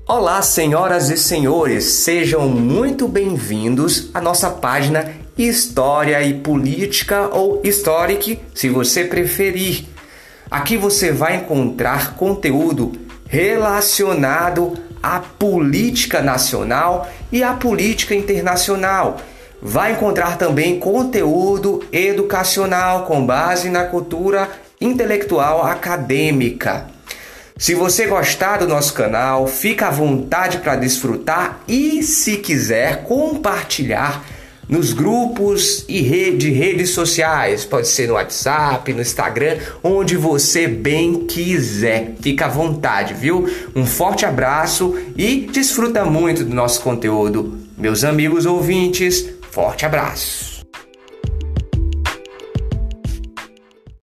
Olá, senhoras e senhores, sejam muito bem-vindos à nossa página História e Política ou Historic, se você preferir. Aqui você vai encontrar conteúdo relacionado à política nacional e à política internacional. Vai encontrar também conteúdo educacional com base na cultura intelectual acadêmica. Se você gostar do nosso canal, fica à vontade para desfrutar e, se quiser, compartilhar nos grupos e redes sociais. Pode ser no WhatsApp, no Instagram, onde você bem quiser. Fica à vontade, viu? Um forte abraço e desfruta muito do nosso conteúdo. Meus amigos ouvintes, forte abraço.